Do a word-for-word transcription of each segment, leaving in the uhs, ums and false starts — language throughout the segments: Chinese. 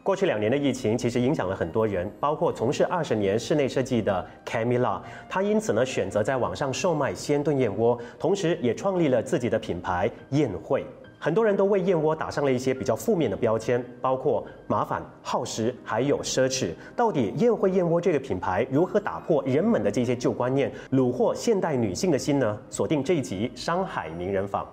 过去两年的疫情其实影响了很多人，包括从事二十年室内设计的 Camilla， 她因此呢选择在网上售卖鲜炖燕窝，同时也创立了自己的品牌燕汇。很多人都为燕窝打上了一些比较负面的标签，包括麻烦、耗时，还有奢侈。到底燕汇燕窝这个品牌如何打破人们的这些旧观念，虏获现代女性的心呢？锁定这一集《商海名人坊》。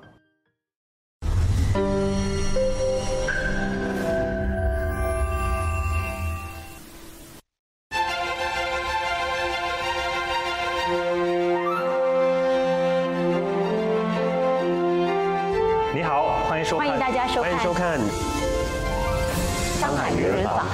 欢迎大家收看， 欢迎收看《 商海名人坊》。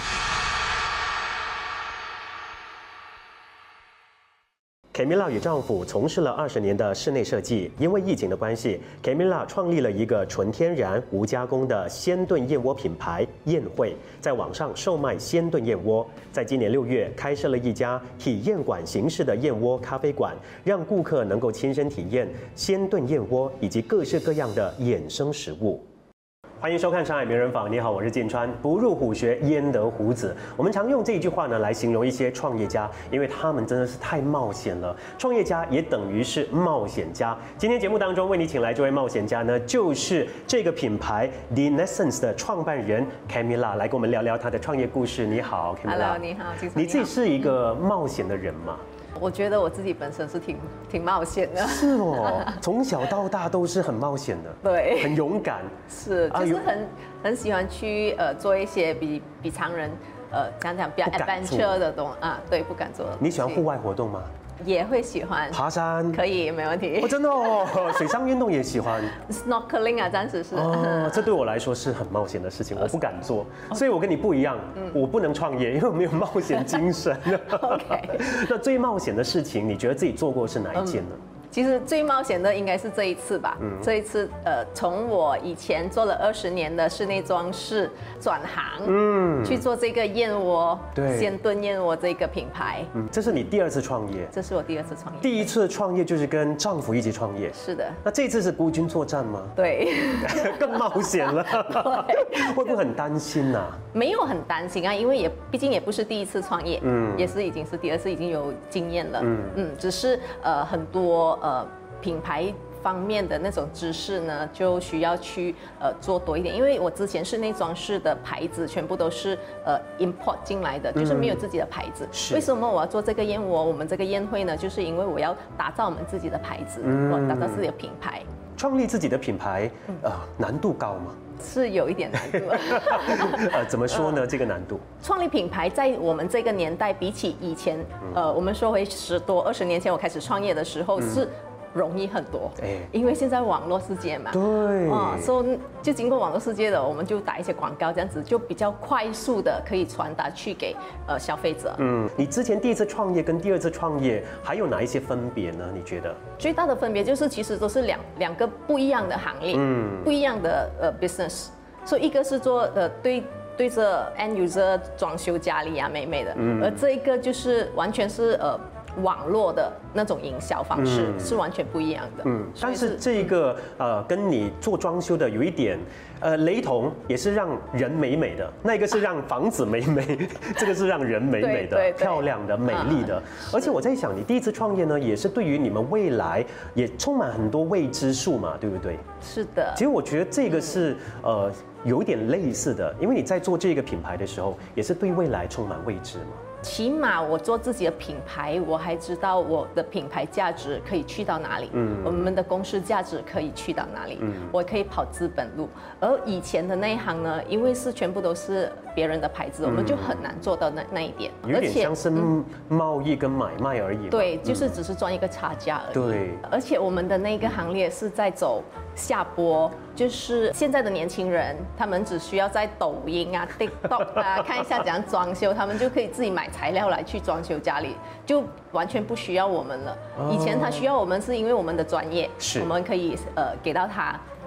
Camilla 与丈夫从事了二十年的室内设计，因为疫情的关系 ，Camilla 创立了一个纯天然、无加工的鲜炖燕窝品牌燕汇，在网上售卖鲜炖燕窝。在今年六月，开设了一家体验馆形式的燕窝咖啡馆，让顾客能够亲身体验鲜炖燕窝以及各式各样的衍生食物。欢迎收看《商海名人坊》，你好，我是建川。不入虎穴，焉得虎子？我们常用这一句话呢来形容一些创业家，因为他们真的是太冒险了。创业家也等于是冒险家。今天节目当中为你请来这位冒险家呢，就是这个品牌 The Nessence 的创办人 Camilla， 来跟我们聊聊她的创业故事。你好 ，Camilla。 Hello， 你好， 你自己是一个冒险的人吗？ 我觉得我自己本身是挺挺冒险的。 是哦，从小到大都是很冒险的， 对， 很勇敢， 是，就是很很喜欢去呃做一些比比常人呃讲讲比较 adventure 的东啊，对，不敢做的。 你喜欢户外活动吗？ 也会喜欢爬山， 可以没问题。 哦，真的哦，水上运动也喜欢。 Snorkeling 啊，暂时是。 哦，这对我来说是很冒险的事情，我不敢做，所以我跟你不一样，嗯、我不能创业，因为我没有冒险精神。 OK， 那最冒险的事情，你觉得自己做过是哪一件呢？嗯其实最冒险的应该是这一次吧。嗯，这一次，呃，从我以前做了二十年的室内装饰转行，嗯，去做这个燕窝， 对， 鲜炖燕窝这个品牌。 嗯，这是你第二次创业？这是我第二次创业。 第一次创业就是跟丈夫一起创业。 是的。 那这次是孤军作战吗？ 对， 更冒险了。对，会不会很担心啊？ 没有很担心啊，因为也毕竟也不是第一次创业，嗯，也是已经是第二次，已经有经验了，嗯嗯，只是呃很多。呃，品牌方面的那种知识呢，就需要去呃做多一点，因为我之前室内装饰的牌子全部都是呃 import 进来的，就是没有自己的牌子。嗯、为什么我要做这个燕窝？我们这个燕汇呢，就是因为我要打造我们自己的牌子，嗯、我打造自己的品牌。 创立自己的品牌，呃，难度高吗？ 是有一点难度。 呃，怎么说呢？这个难度？ 创立品牌在我们这个年代，比起以前，呃，我们说回十多二十年前我开始创业的时候是。容易很多，哎，因为现在网络世界嘛， 对， 啊，所以就经过网络世界的，我们就打一些广告，这样子就比较快速的可以传达去给呃消费者。 嗯，你之前第一次创业跟第二次创业还有哪一些分别呢？你觉得？ 最大的分别就是其实都是两两个不一样的行业，嗯，不一样的呃 business， 所以一个是做呃对。对着 end user 装修家里啊，美美的，嗯，而这一个就是完全是呃网络的那种营销方式，嗯、是完全不一样的。嗯， 但是这个呃跟你做装修的有一点呃雷同，也是让人美美的，那一个是让房子美美，这个是让人美美的、对对对漂亮的、美丽的。啊、而且我在想，你第一次创业呢，也是对于你们未来也充满很多未知数嘛，对不对？ 是的。 其实我觉得这个是、嗯、呃。有一点类似的，因为你在做这个品牌的时候，也是对未来充满未知嘛。 起码我做自己的品牌，我还知道我的品牌价值可以去到哪里，嗯，我们的公司价值可以去到哪里，嗯，我可以跑资本路。而以前的那一行呢，因为是全部都是别人的牌子，嗯、我们就很难做到那那一点。 有点像是贸易跟买卖而已。 对，就是只是赚一个差价而已。 对， 而且我们的那个行列是在走下坡。就是现在的年轻人，他们只需要在抖音啊、TikTok 啊看一下怎样装修，他们就可以自己买材料来去装修家里，就完全不需要我们了。以前他需要我们是因为我们的专业，我们可以呃给到他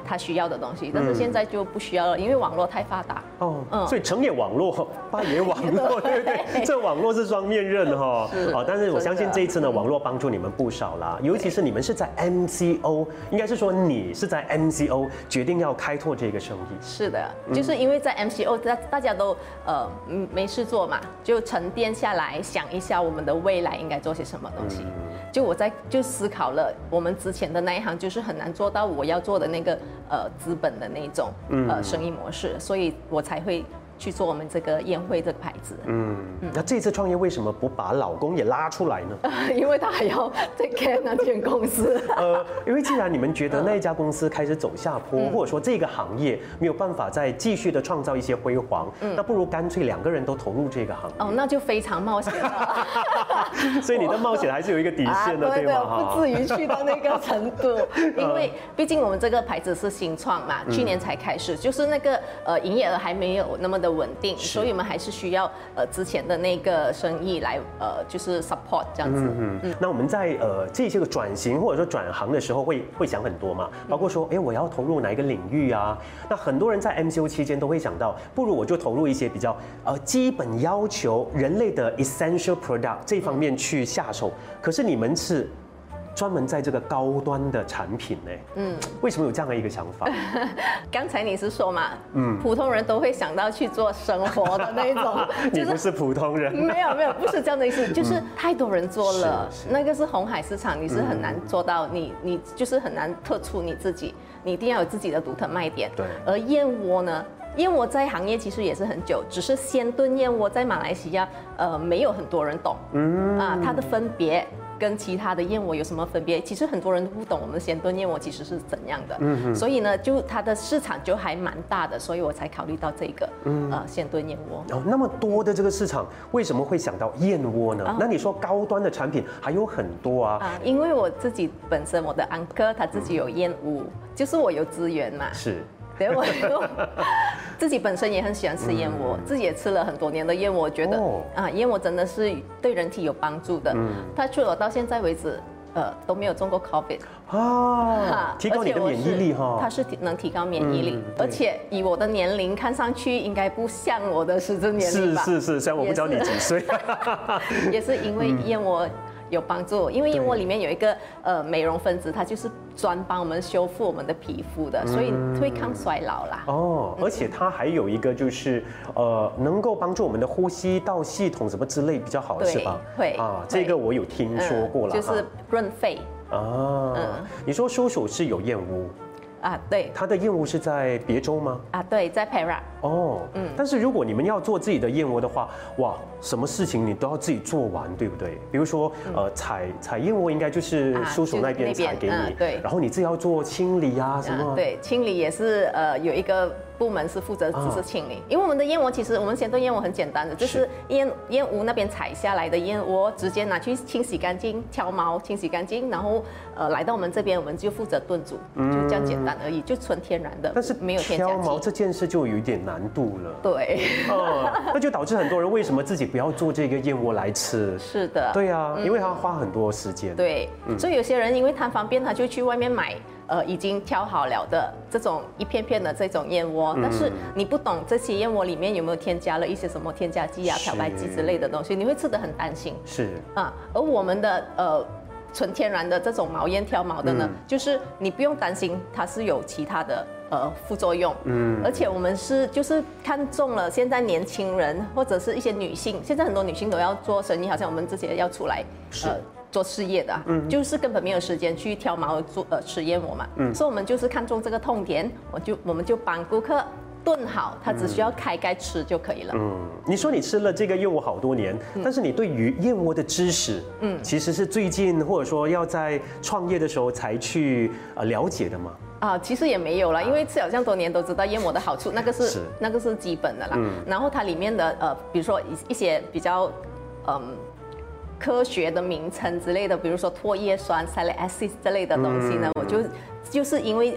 他需要的东西，但是现在就不需要了，因为网络太发达。 哦，嗯，所以成也网络，败也网络，对不对？这网络是双面刃哈。哦，但是我相信这一次呢，网络帮助你们不少啦，尤其是你们是在 M C O， 应该是说你是在 M C O 决定要开拓这个生意。 是的，就是因为在 M C O 大大家都呃没事做嘛，就沉淀下来想一下我们的未来应该做些什么东西。就我在就思考了，我们之前的那一行就是很难做到我要做的那个呃资本的那种呃生意模式，所以我才会去做我们这个宴会这个牌子。嗯， 那这次创业为什么不把老公也拉出来呢？ 因为他还要 take care 那间公司。 呃，因为既然你们觉得那一家公司开始走下坡，嗯、或者说这个行业没有办法再继续的创造一些辉煌，嗯、那不如干脆两个人都投入这个行业。 哦，那就非常冒险了。 所以你的冒险还是有一个底线的， 啊、对吗？ 不至于去到那个程度，因为毕竟我们这个牌子是新创嘛，去年才开始，就是那个呃营业额还没有那么的稳定，所以我们还是需要呃之前的那个生意来呃就是 support 这样子。嗯嗯。那我们在呃这些个转型或者说转行的时候会会想很多嘛，包括说哎我要投入哪一个领域啊？那很多人在 M C O 期间都会想到，不如我就投入一些比较呃基本要求人类的 essential product 这方面去下手。可是你们是专门在这个高端的产品呢？嗯，为什么有这样的一个想法？ 刚才你是说嘛，嗯，普通人都会想到去做生活的那种。 你不是普通人。 没有没有，不是这样的意思，就是太多人做了，那个是红海市场，你是很难做到，你你就是很难特出你自己，你一定要有自己的独特卖点。 对。 而燕窝呢？燕窝在行业其实也是很久，只是鲜炖燕窝在马来西亚，呃，没有很多人懂。嗯啊，它的分别跟其他的燕窝有什么分别？其实很多人都不懂我们的鲜炖燕窝其实是怎样的。嗯所以呢，就它的市场就还蛮大的，所以我才考虑到这个，嗯、呃，鲜炖燕窝。 哦，那么多的这个市场，为什么会想到燕窝呢？哦、那你说高端的产品还有很多啊。啊， 因为我自己本身我的 uncle 他自己有燕屋，嗯、就是我有资源嘛。 是。 对，我自己本身也很喜欢吃燕窝，嗯、自己也吃了很多年的燕窝，觉得、哦、啊，燕窝真的是对人体有帮助的。嗯，它除了到现在为止，呃，都没有中过 COVID 啊，提高你的免疫力哈。 它是能提高免疫力，嗯、而且以我的年龄看上去，应该不像我的实质年龄吧？ 是是是，虽然我不知道你几岁， 也是因为燕窝。有帮助，因为燕窝里面有一个呃美容分子，它就是专帮我们修复我们的皮肤的，所以会抗衰老啦。 哦，而且它还有一个就是呃能够帮助我们的呼吸道系统什么之类比较好，是吧？ 会啊，这个我有听说过了、 嗯，就是润肺啊。嗯，你说叔叔是有燕窝。 啊，对， 他的燕窝是在别州吗？ 啊，对，在 Perak。 哦，嗯，但是如果你们要做自己的燕窝的话，哇，什么事情你都要自己做完，对不对？比如说，嗯、呃，采采燕窝应该就是叔叔那边采给你，啊嗯、 对， 然后你自己要做清理啊什么、啊。 对，清理也是呃有一个部门是负责只是清理，啊、因为我们的燕窝其实我们鲜炖燕窝很简单的，就是燕燕屋那边采下来的燕窝，直接拿去清洗干净，挑毛清洗干净，然后呃来到我们这边，我们就负责炖煮，嗯、就这样简单而已，就纯天然的， 但是没有添加剂。 挑毛这件事就有一点难度了。 对， 哦、嗯，那就导致很多人为什么自己不要做这个燕窝来吃？ 是的， 对啊，因为他花很多时间。 对，嗯、所以有些人因为贪方便，他就去外面买。呃，已经挑好了的这种一片片的这种燕窝，但是你不懂这些燕窝里面有没有添加了一些什么添加剂啊、漂白剂之类的东西，你会吃得很担心。 是啊，而我们的呃纯天然的这种毛燕挑毛的呢，嗯、就是你不用担心它是有其他的呃副作用。嗯，而且我们是就是看中了现在年轻人或者是一些女性，现在很多女性都要做生意，好像我们这些要出来是。 呃做事业的、啊，嗯，就是根本没有时间去挑毛做呃吃燕窝嘛，嗯，所以我们就是看中这个痛点，我就我们就帮顾客炖好，他只需要开盖吃就可以了。嗯， 你说你吃了这个燕窝好多年，嗯、但是你对于燕窝的知识，嗯，其实是最近或者说要在创业的时候才去呃了解的吗？ 啊，其实也没有了，因为吃了这样多年都知道燕窝的好处，那个是, 是那个是基本的啦。嗯，然后它里面的呃，比如说一一些比较嗯。科学的名称之类的，比如说唾液酸 （salicylic acid） 之类的东西呢，嗯、我就就是因为呃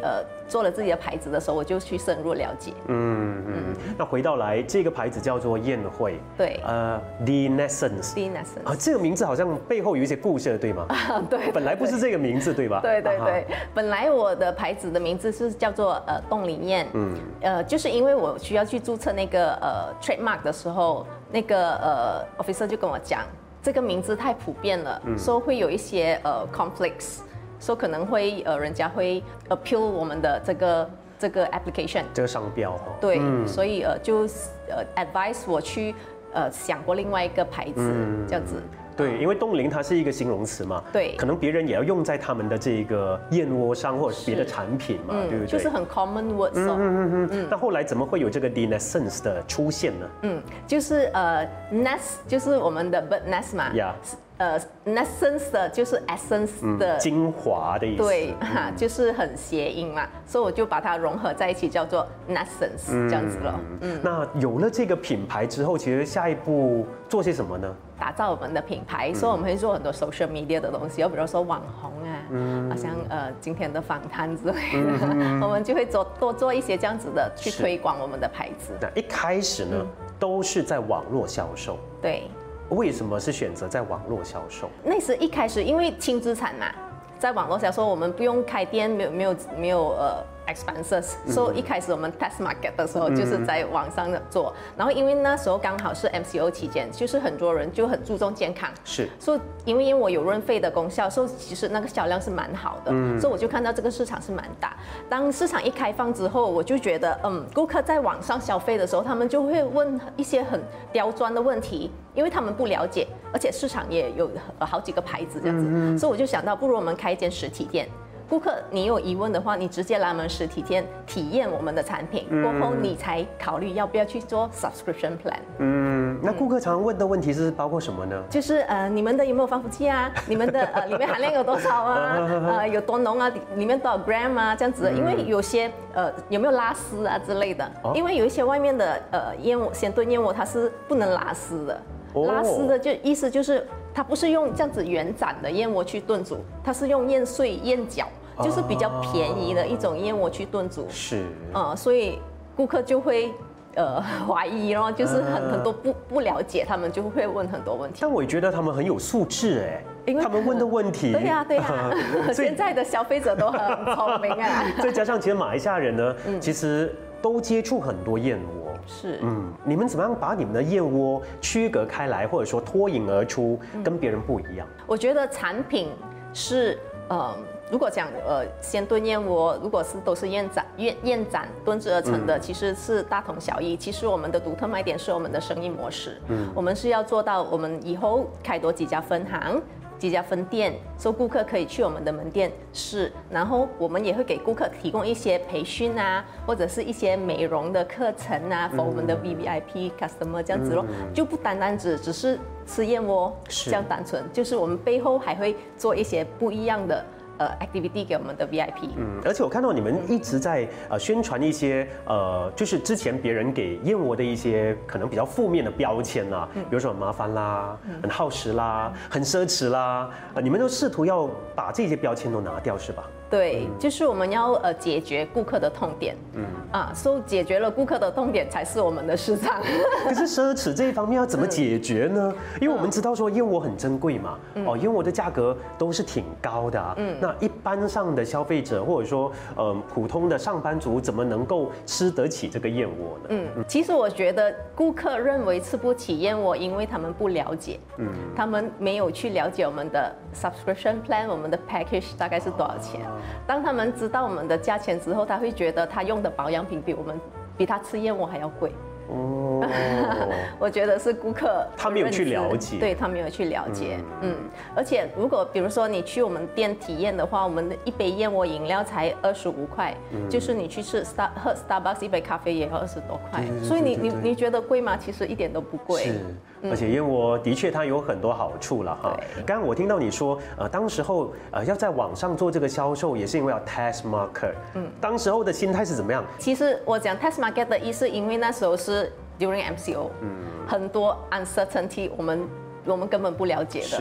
做了自己的牌子的时候，我就去深入了解。 嗯嗯。那回到来，这个牌子叫做宴会。 对。 呃 ，Denessence。 Denessence。 啊，这个名字好像背后有一些故事，对吗？ 啊，对。 本来不是这个名字，对吧？ 对对对。本来我的牌子的名字是叫做呃冻龄宴。嗯。呃，就是因为我需要去注册那个呃 trademark 的时候，那个呃 officer 就跟我讲，这个名字太普遍了，嗯、所以会有一些呃 conflicts。说、so, 可能会呃，人家会 appeal 我们的这个这个 application 这个商标哈。 对，嗯、所以呃就呃 advise 我去呃想过另外一个牌子、嗯、这样子。 对，因为冻龄它是一个形容词嘛， 对， 可能别人也要用在他们的这个燕窝上或者别的产品嘛， 嗯、 对不对？ 就是很 common words、哦。 嗯嗯嗯嗯。那后来怎么会有这个 Denessence 的出现呢？ 嗯，就是呃 nest 就是我们的 bird nest 嘛。 呀。 呃 ，essence 的就是 essence 的、 嗯、精华的意思， 对，哈、嗯，就是很谐音嘛，所以我就把它融合在一起，叫做 Nessence、嗯、这样子了。 嗯，那有了这个品牌之后，其实下一步做些什么呢？ 打造我们的品牌，嗯、所以我们会做很多 social media 的东西，又比如说网红啊，嗯，好像呃今天的访谈之类的，嗯、我们就会做多做一些这样子的去推广我们的牌子。 那一开始呢，嗯、都是在网络销售， 对。 为什么是选择在网络销售？ 那是一开始因为轻资产嘛，在网络销售我们不用开店，没有没有没有呃 expenses， 所以一开始我们 test market 的时候就是在网上做，然后因为那时候刚好是 M C O 期间，就是很多人就很注重健康， 是， 所以因为因为我有润肺的功效，所以其实那个销量是蛮好的，嗯、所以我就看到这个市场是蛮大。当市场一开放之后，我就觉得，嗯，顾客在网上消费的时候，他们就会问一些很刁钻的问题，因为他们不了解，而且市场也有好几个牌子这样子，嗯、所以我就想到，不如我们开一间实体店。顾客，你有疑问的话，你直接来我们实体店体验我们的产品，嗯、过后你才考虑要不要去做 subscription plan。 嗯，那顾客常问的问题是包括什么呢？ 就是呃，你们的有没有防腐剂啊？你们的呃里面含量有多少啊？呃，有多浓啊？里面多少 gram 啊？这样子的，因为有些呃有没有拉丝啊之类的。哦、因为有一些外面的呃燕窝鲜炖燕窝它是不能拉丝的，哦、拉丝的就意思就是。它不是用这样子原盏的燕窝去炖煮，它是用燕碎、燕饺，就是比较便宜的一种燕窝去炖煮。是，呃，所以顾客就会呃怀疑，然后就是很很多不不了解，他们就会问很多问题。 但我觉得他们很有素质哎，因为他们问的问题。 对呀、啊、对呀、啊，现在的消费者都很聪明啊。 再加上其实马来西亚人呢，嗯、其实都接触很多燕窝。 是， 嗯，你们怎么样把你们的燕窝区隔开来，或者说脱颖而出，跟别人不一样？ 我觉得产品是，呃，如果讲呃鲜炖燕窝，如果是都是燕盏燕燕盏炖制而成的，嗯、其实是大同小异。其实我们的独特卖点是我们的生意模式，嗯，我们是要做到我们以后开多几家分行。几家分店，所以顾客可以去我们的门店试，然后我们也会给顾客提供一些培训啊，或者是一些美容的课程啊，给、嗯、我们的 V V I P customer 这样子咯，嗯、就不单单只只是吃燕窝这样单纯，就是我们背后还会做一些不一样的。呃 ，activity 给我们的 V I P。 嗯，而且我看到你们一直在呃宣传一些呃，就是之前别人给燕窝的一些可能比较负面的标签啦，嗯、比如说很麻烦啦、嗯、很耗时啦、嗯、很奢侈啦，呃，你们都试图要把这些标签都拿掉，是吧？ 对，嗯、就是我们要呃解决顾客的痛点，嗯啊，所以解决了顾客的痛点才是我们的市场。 可是奢侈这一方面要怎么解决呢？嗯、因为我们知道说燕窝很珍贵嘛，嗯、哦，燕窝的价格都是挺高的、啊，嗯，那一般上的消费者或者说呃普通的上班族怎么能够吃得起这个燕窝呢？ 嗯，其实我觉得顾客认为吃不起燕窝，因为他们不了解，嗯，他们没有去了解我们的 subscription plan， 我们的 package 大概是多少钱。啊当他们知道我们的价钱之后，他会觉得他用的保养品比我们比他吃燕窝还要贵。哦，我觉得是顾客他没有去了解， 对他没有去了解，嗯, 嗯，而且如果比如说你去我们店体验的话，我们的一杯燕窝饮料才二十五块，嗯、就是你去吃 Star 喝 Starbucks 一杯咖啡也要二十多块，所以你你你觉得贵吗？其实一点都不贵。 是。而且燕窝的确它有很多好处了哈。刚刚我听到你说，呃，当时候呃要在网上做这个销售，也是因为要 test market。嗯，当时候的心态是怎么样？ 其实我讲 test market 的意思，因为那时候是 during M C O，嗯，很多 uncertainty， 我们我们根本不了解的。是。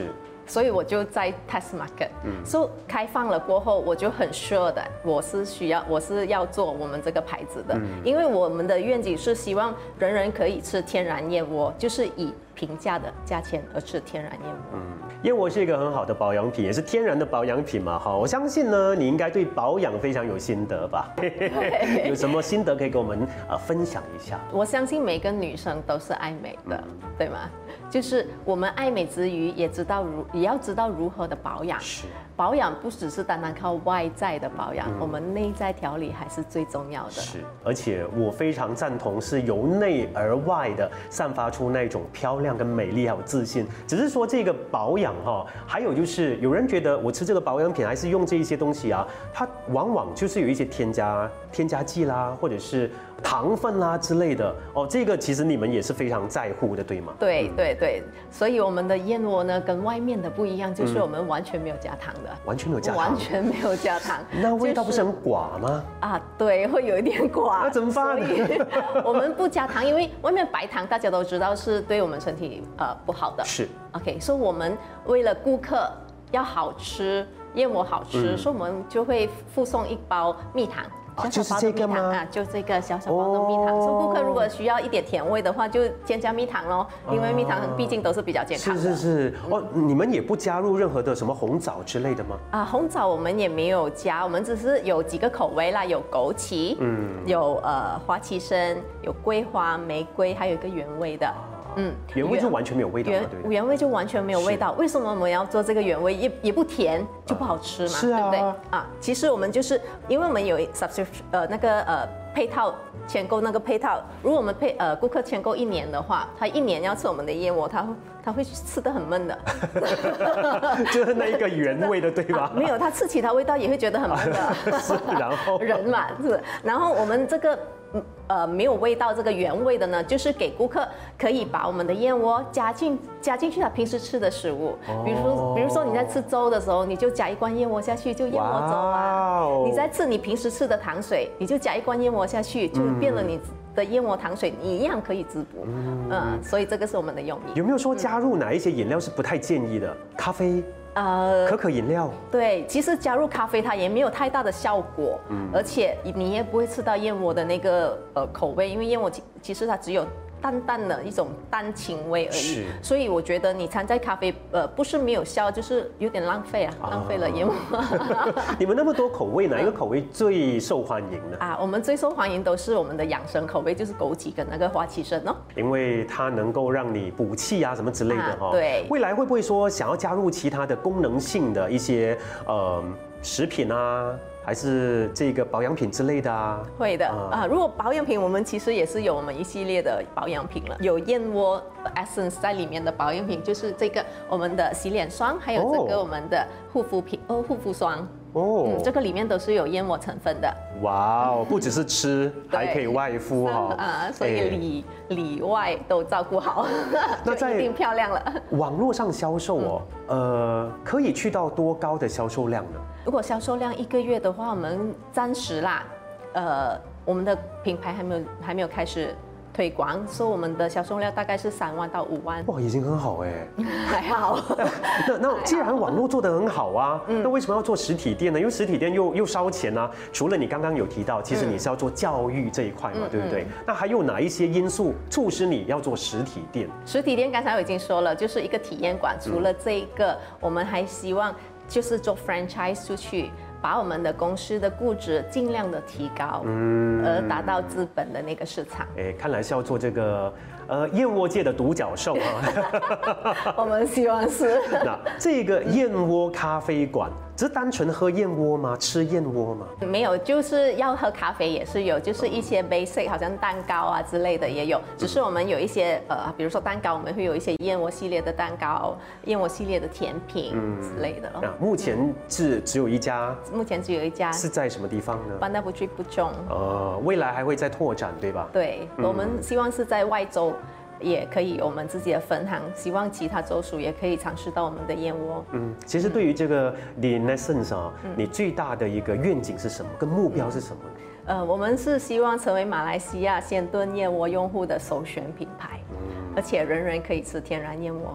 所以我就在 test market，嗯，所以开放了过后，我就很 sure 的，我是需要，我是要做我们这个牌子的，嗯、因为我们的愿景是希望人人可以吃天然燕窝，就是以平价的价钱而吃天然燕窝。嗯， 燕窝是一个很好的保养品，也是天然的保养品嘛。哈，我相信呢，你应该对保养非常有心得吧？有什么心得可以跟我们呃分享一下？ 我相信每个女生都是爱美的，嗯、对吗？就是我们爱美之余，也知道如也要知道如何的保养。 是。 保养不只是单单靠外在的保养，嗯、我们内在调理还是最重要的。 是，而且我非常赞同是由内而外的散发出那种漂亮跟美丽还有自信。只是说这个保养哈，还有就是有人觉得我吃这个保养品还是用这一些东西啊，它往往就是有一些添加添加剂啦，或者是糖分啦之类的哦。这个其实你们也是非常在乎的，对吗？ 对对对，所以我们的燕窝呢跟外面的不一样，就是我们完全没有加糖的。 完全没有加糖， 完全没有加糖， 那味道不是很寡吗？ 啊，对，会有一点寡。 那怎么办？ 我们不加糖，因为外面白糖大家都知道是对我们身体呃不好的。 是 ，OK， 所以我们为了顾客要好吃，燕窝好吃，嗯、所以我们就会附送一包蜜糖。 啊，就是这个吗？ 啊，就这个小小包的蜜糖。所以顾客如果需要一点甜味的话，就添加蜜糖咯。因为蜜糖毕竟都是比较健康的。 是是是。哦，你们也不加入任何的什么红枣之类的吗？ 啊，红枣我们也没有加，我们只是有几个口味啦，有枸杞，嗯，有呃花旗参，有桂花、玫瑰，还有一个原味的。 嗯，原味就完全没有味道了，对不对？ 原味就完全没有味道。为什么我们要做这个原味？也也不甜，就不好吃嘛， 是啊， 对不对？啊，其实我们就是因为我们有 subscription 呃那个呃配套签购那个配套，如果我们配呃顾客签购一年的话，他一年要吃我们的燕窝，他他会吃得很闷的， 就是那一个原味的，对吧？ 啊、没有，他吃其他味道也会觉得很闷的。 是，然后人嘛是，然后我们这个。呃，没有味道这个原味的呢，就是给顾客可以把我们的燕窝加进加进去他平时吃的食物，比如说，比如说你在吃粥的时候，你就加一罐燕窝下去，就燕窝粥啊。你在吃你平时吃的糖水，你就加一罐燕窝下去，就变了你的燕窝糖水，你一样可以滋补。嗯，呃、所以这个是我们的用意。 有没有说加入哪一些饮料是不太建议的？咖啡？呃，可可饮料。 对，其实加入咖啡它也没有太大的效果，嗯，而且你也不会吃到燕窝的那个呃口味，因为燕窝其其实它只有淡淡的一种淡青味而已，所以我觉得你掺在咖啡，呃，不是没有效，就是有点浪费啊，浪费了燕窝。 你们那么多口味，哪一个口味最受欢迎呢？ 啊，我们最受欢迎都是我们的养生口味，就是枸杞跟那个花旗参哦， 因为它能够让你补气啊什么之类的哈、 啊。对， 未来会不会说想要加入其他的功能性的一些呃食品啊？还是这个保养品之类的啊？ 会的啊、呃。如果保养品，我们其实也是有我们一系列的保养品了，有燕窝 essence 在里面的保养品，就是这个我们的洗脸霜，还有这个我们的护肤品哦，护肤霜。哦、嗯，这个里面都是有燕窝成分的。 哇哦，不只是吃，还可以外敷哈、哦。 啊，所以里、欸、里外都照顾好，那就一定漂亮了。 网络上销售哦，嗯、呃，可以去到多高的销售量呢？ 如果销售量一个月的话，我们暂时啦，呃，我们的品牌还没有还没有开始推广，所以我们的销售量大概是三万到五万。 哇，已经很好哎， 还好。 那那既然网络做得很好啊，嗯、那为什么要做实体店呢？因为实体店又又烧钱啊。除了你刚刚有提到，其实你是要做教育这一块嘛，嗯、对不对？嗯、那还有哪一些因素促使你要做实体店？ 实体店刚才我已经说了，就是一个体验馆。除了这一个，嗯、我们还希望就是做 franchise 出去。把我们的公司的估值尽量的提高，嗯，而达到资本的那个市场。 哎，看来是要做这个呃燕窝界的独角兽啊。 我们希望是。 那这个燕窝咖啡馆，只是单纯喝燕窝吗？吃燕窝吗？ 没有，就是要喝咖啡也是有，就是一些 basic 好像蛋糕啊之类的也有。只是我们有一些呃，比如说蛋糕，我们会有一些燕窝系列的蛋糕、燕窝系列的甜品之类的咯。 那目前是只有一家。 目前只有一家， 是在什么地方呢？ 班纳布居布中。 呃，未来还会再拓展，对吧？ 对，嗯、我们希望是在外州也可以有我们自己的分行，希望其他州属也可以尝试到我们的燕窝。 嗯，其实对于这个 Linessence 啊，嗯、你最大的一个愿景是什么？跟目标是什么呢？ 呃，我们是希望成为马来西亚鲜炖燕窝用户的首选品牌，嗯、而且人人可以吃天然燕窝。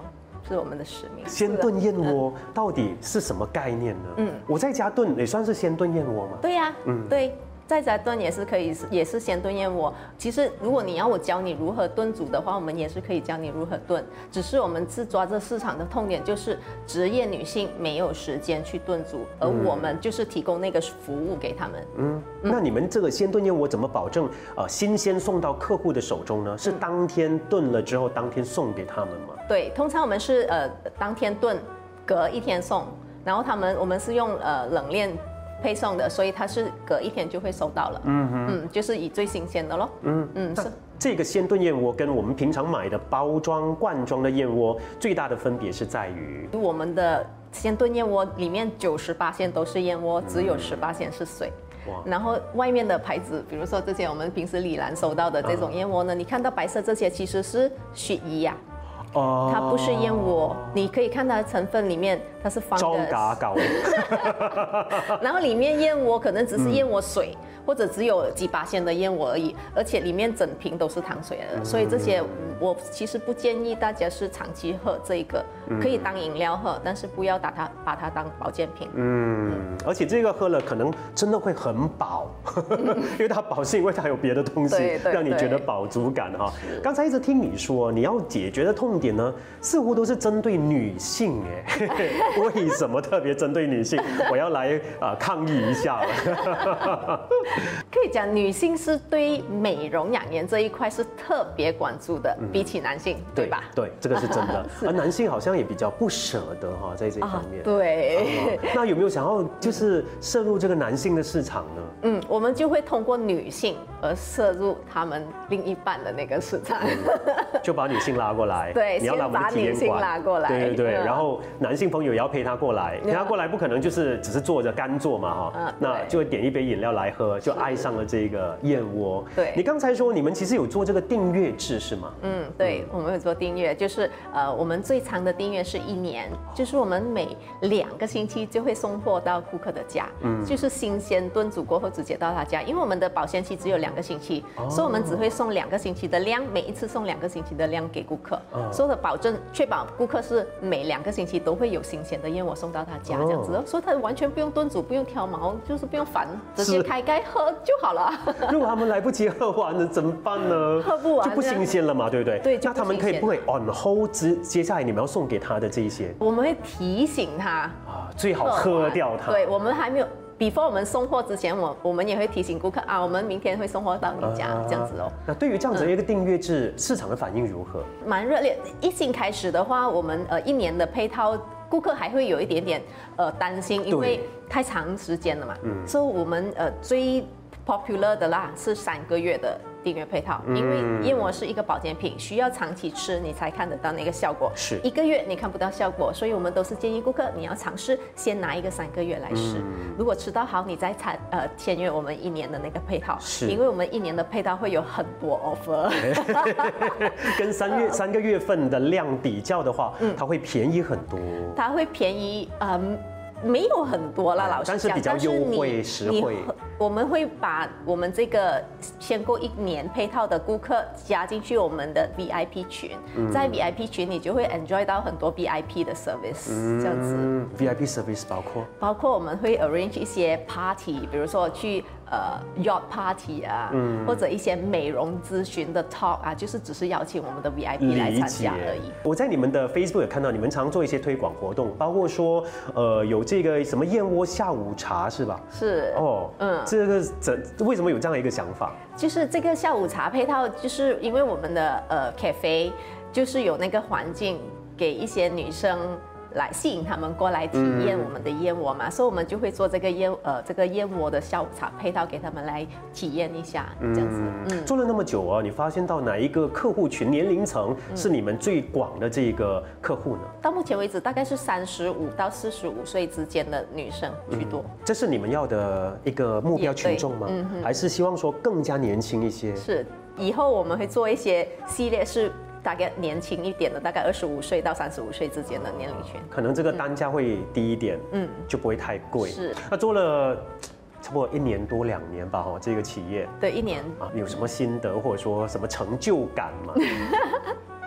是我们的使命。 鲜炖燕窝到底是什么概念呢？嗯，我在家炖也算是鲜炖燕窝吗？ 对呀、啊，嗯，对。在家炖也是可以，也是鲜炖燕窝。其实如果你要我教你如何炖煮的话，我们也是可以教你如何炖。只是我们是抓着市场的痛点，就是职业女性没有时间去炖煮，而我们就是提供那个服务给他们。嗯， 那你们这个鲜炖燕窝怎么保证呃新鲜送到客户的手中呢？是当天炖了之后当天送给他们吗？ 对，通常我们是呃当天炖，隔一天送，然后他们我们是用呃冷链配送的，所以它是隔一天就会收到了。嗯嗯，就是以最新鲜的咯。嗯嗯，是这个鲜炖燕窝跟我们平常买的包装罐装的燕窝最大的分别是在于， 我们的鲜炖燕窝里面九十八线都是燕窝，只有十八线是水。然后外面的牌子，比如说这些我们平时里兰收到的这种燕窝呢，你看到白色这些其实是雪衣呀。哦，它不是燕窝，你可以看它的成分里面，它是放的糟嘎膏， 然后里面燕窝可能只是燕窝水，嗯、或者只有几八仙的燕窝而已，而且里面整瓶都是糖水的，嗯、所以这些我其实不建议大家是长期喝这一个，嗯、可以当饮料喝，但是不要把它把它当保健品。嗯， 嗯而且这个喝了可能真的会很饱，因为它饱是因为它有别的东西让你觉得饱足感哈。刚才一直听你说你要解决的痛点呢，似乎都是针对女性哎，为什么特别针对女性？我要来啊、呃、抗议一下了。 可以讲，女性是对美容养颜这一块是特别关注的，嗯、比起男性，对吧？ 对，这个是真的。而男性好像也比较不舍得哈，在这方面。 啊、对、 嗯。那有没有想要就是摄入这个男性的市场呢？ 嗯，我们就会通过女性而摄入他们另一半的那个市场， 嗯、就把女性拉过来。 对， 你要来我们的体验馆拉过来。 对对对，嗯、然后男性朋友也要陪他过来，陪他过来不可能就是只是坐着干坐嘛哈，嗯、那就会点一杯饮料来喝，就爱上了这个燕窝。 对， 你刚才说你们其实有做这个订阅制是吗？ 嗯，对，我们有做订阅，就是呃，我们最长的订阅是一年，就是我们每两个星期就会送货到顾客的家，嗯，就是新鲜炖煮过后直接到他家，因为我们的保鲜期只有两个星期，哦、所以我们只会送两个星期的量，每一次送两个星期的量给顾客，哦、所以的保证确保顾客是每两个星期都会有新鲜的燕窝送到他家，这样子，哦、所以他完全不用炖煮，不用挑毛，就是不用烦，直接开盖喝就好了。 如果他们来不及喝完了怎么办呢？ 喝不完就不新鲜了嘛，对不对？ 对， 那他们可以不会 on hold 接接下来你们要送给他的这一些， 我们会提醒他啊，最好喝掉它。 对，我们还没有。before 我们送货之前，我我们也会提醒顾客啊，我们明天会送货到你家，啊、这样子哦。 那对于这样子的一个订阅制，嗯、市场的反应如何？ 蛮热烈。一新开始的话，我们呃一年的配套，顾客还会有一点点呃担心，因为太长时间了嘛。嗯。所以我们呃最 popular 的啦是三个月的订阅配套，因为燕窝是一个保健品，需要长期吃你才看得到那个效果。 是一个月你看不到效果，所以我们都是建议顾客你要尝试先拿一个三个月来试，嗯、如果吃到好，你再参呃签约我们一年的那个配套。 是， 因为我们一年的配套会有很多 offer， 跟三月三个月份的量比较的话，嗯、它会便宜很多。 它会便宜，嗯。没有很多啦，老实讲， 但是比较优惠实惠。 我们会把我们这个签购一年配套的顾客加进去我们的 V I P 群，嗯、在 V I P 群你就会 enjoy 到很多 V I P 的 service，嗯、这样子。 V I P service 包括包括我们会 arrange 一些 party， 比如说去呃 yacht party 啊，嗯、或者一些美容咨询的 talk 啊，就是只是邀请我们的 V I P 来参加而已。 我在你们的 Facebook 有看到你们常做一些推广活动，包括说呃有这个什么燕窝下午茶是吧？ 是哦， 嗯，这个怎为什么有这样一个想法？ 就是这个下午茶配套，就是因为我们的呃 cafe 就是有那个环境给一些女生来吸引他们过来体验我们的燕窝嘛，嗯、所以我们就会做这个燕呃这个燕窝的下午茶配套给他们来体验一下，这样子。 嗯，做了那么久啊，你发现到哪一个客户群年龄层是你们最广的这个客户呢？ 到目前为止，大概是三十五到四十五岁之间的女生居多。 嗯、这是你们要的一个目标群众吗？嗯、还是希望说更加年轻一些？ 是，以后我们会做一些系列是。大概年轻一点的，大概二十五岁到三十五岁之间的年龄群， 可能这个单价会低一点，嗯，就不会太贵。 是， 那做了差不多一年多两年吧，哈，这个企业， 对，一年啊，有什么心得或者说什么成就感吗？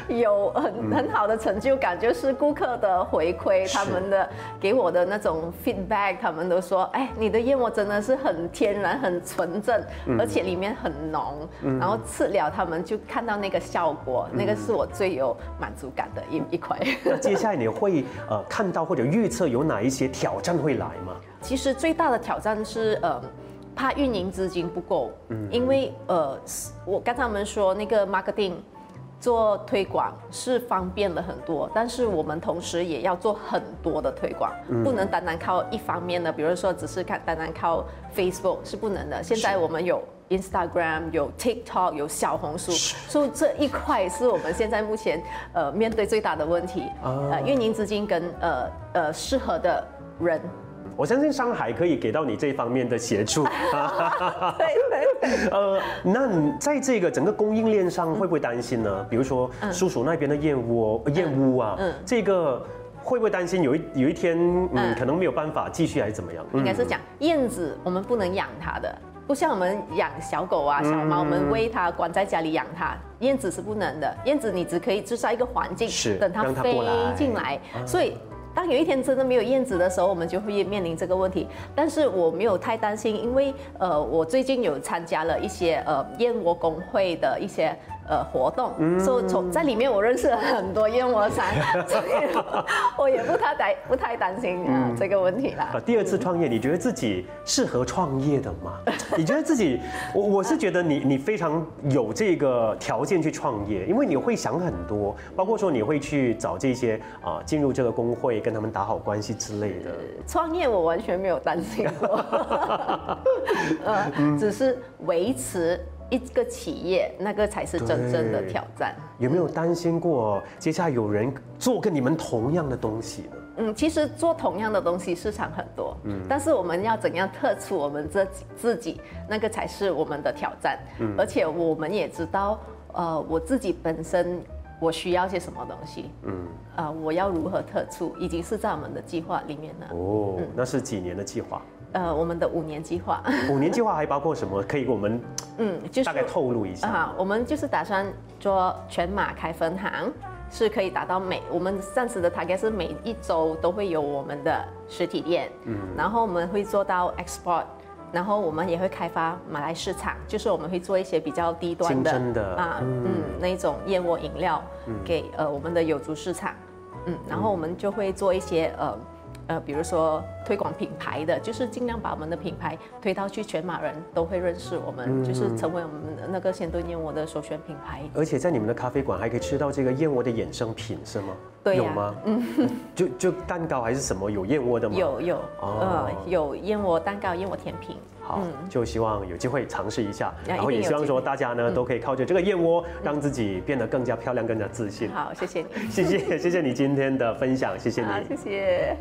有很很好的成就感，就是顾客的回馈，他们的给我的那种 feedback， 他们都说，哎，你的燕窝真的是很天然、很纯正，而且里面很浓，然后吃了他们就看到那个效果，那个是我最有满足感的一一块。 那接下来你会呃看到或者预测有哪一些挑战会来吗？ 其实最大的挑战是呃。怕运营资金不够，嗯，因为呃，我刚才我们说那个 marketing 做推广是方便了很多，但是我们同时也要做很多的推广，嗯、不能单单靠一方面的，比如说只是看单单靠 Facebook 是不能的。现在我们有 Instagram 有 TikTok 有小红书，所以这一块是我们现在目前呃面对最大的问题，啊、呃，运营资金跟呃呃适合的人。 我相信上海可以给到你这方面的协助。 对对对。 呃，那你在这个整个供应链上会不会担心呢？比如说叔叔那边的燕窝、燕窝啊，嗯，这个会不会担心有一有一天嗯可能没有办法继续还是怎么样？ 应该是讲燕子我们不能养它的，不像我们养小狗啊、小猫，我们喂它关在家里养它。燕子是不能的，燕子你只可以制造一个环境，等它飞进来，所以。当有一天真的没有燕子的时候，我们就会面临这个问题。但是我没有太担心，因为呃，我最近有参加了一些呃燕窝工会的一些呃活动，嗯、所以从在里面我认识了很多燕窝商，所以我也不太担不太担心啊、呃、这个问题啦。 第二次创业，你觉得自己适合创业的吗？你觉得自己，我我是觉得你你非常有这个条件去创业，因为你会想很多，包括说你会去找这些啊、呃、进入这个工会。跟他们打好关系之类的。 创业我完全没有担心过，呃，只是维持一个企业，那个才是真正的挑战。 有没有担心过接下来有人做跟你们同样的东西呢？ 嗯，其实做同样的东西市场很多，嗯，但是我们要怎样特出我们自己自己，那个才是我们的挑战。嗯，而且我们也知道，呃，我自己本身。我需要些什么东西？嗯，啊、呃，我要如何特出，已经是在我们的计划里面了。 哦，嗯、那是几年的计划？ 呃，我们的五年计划。 五年计划还包括什么？可以给我们嗯，就是大概透露一下。 啊，我们就是打算做全马开分行，是可以达到每我们暂时的 target 是每一周都会有我们的实体店，嗯，然后我们会做到 export。然后我们也会开发马来市场，就是我们会做一些比较低端的, 的啊，嗯, 嗯，那种燕窝饮料给、嗯、呃我们的有族市场，嗯，然后我们就会做一些呃呃，比如说推广品牌的，就是尽量把我们的品牌推到去全马人都会认识我们，嗯、就是成为我们的那个鲜炖燕窝的首选品牌。 而且在你们的咖啡馆还可以吃到这个燕窝的衍生品，是吗？ 对呀、 有吗？嗯，就就蛋糕还是什么有燕窝的吗？ 有有，哦、呃，有燕窝蛋糕、燕窝甜品。 好，嗯、就希望有机会尝试一下，然后也希望说大家呢、嗯、都可以靠着这个燕窝，让自己变得更加漂亮、更加自信。 好，谢谢你， 谢谢谢谢你今天的分享，谢谢你， 好，谢谢。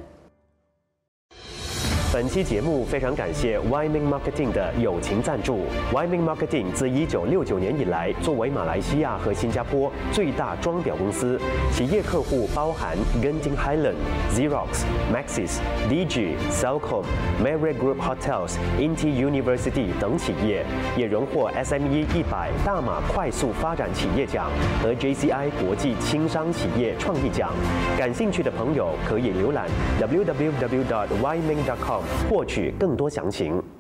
本期节目非常感谢 Wyman Marketing 的友情赞助。Wyman Marketing 自一九六九年以来，作为马来西亚和新加坡最大装裱公司，企业客户包含 Genting Highland、Xerox、Maxis、D G、Cellcom、Marriott Group Hotels、Inti University 等企业，也荣获 S M E 一百大马快速发展企业奖和 J C I 国际轻商企业创意奖。感兴趣的朋友可以浏览 w w w dot wyman dot com。获取更多详情。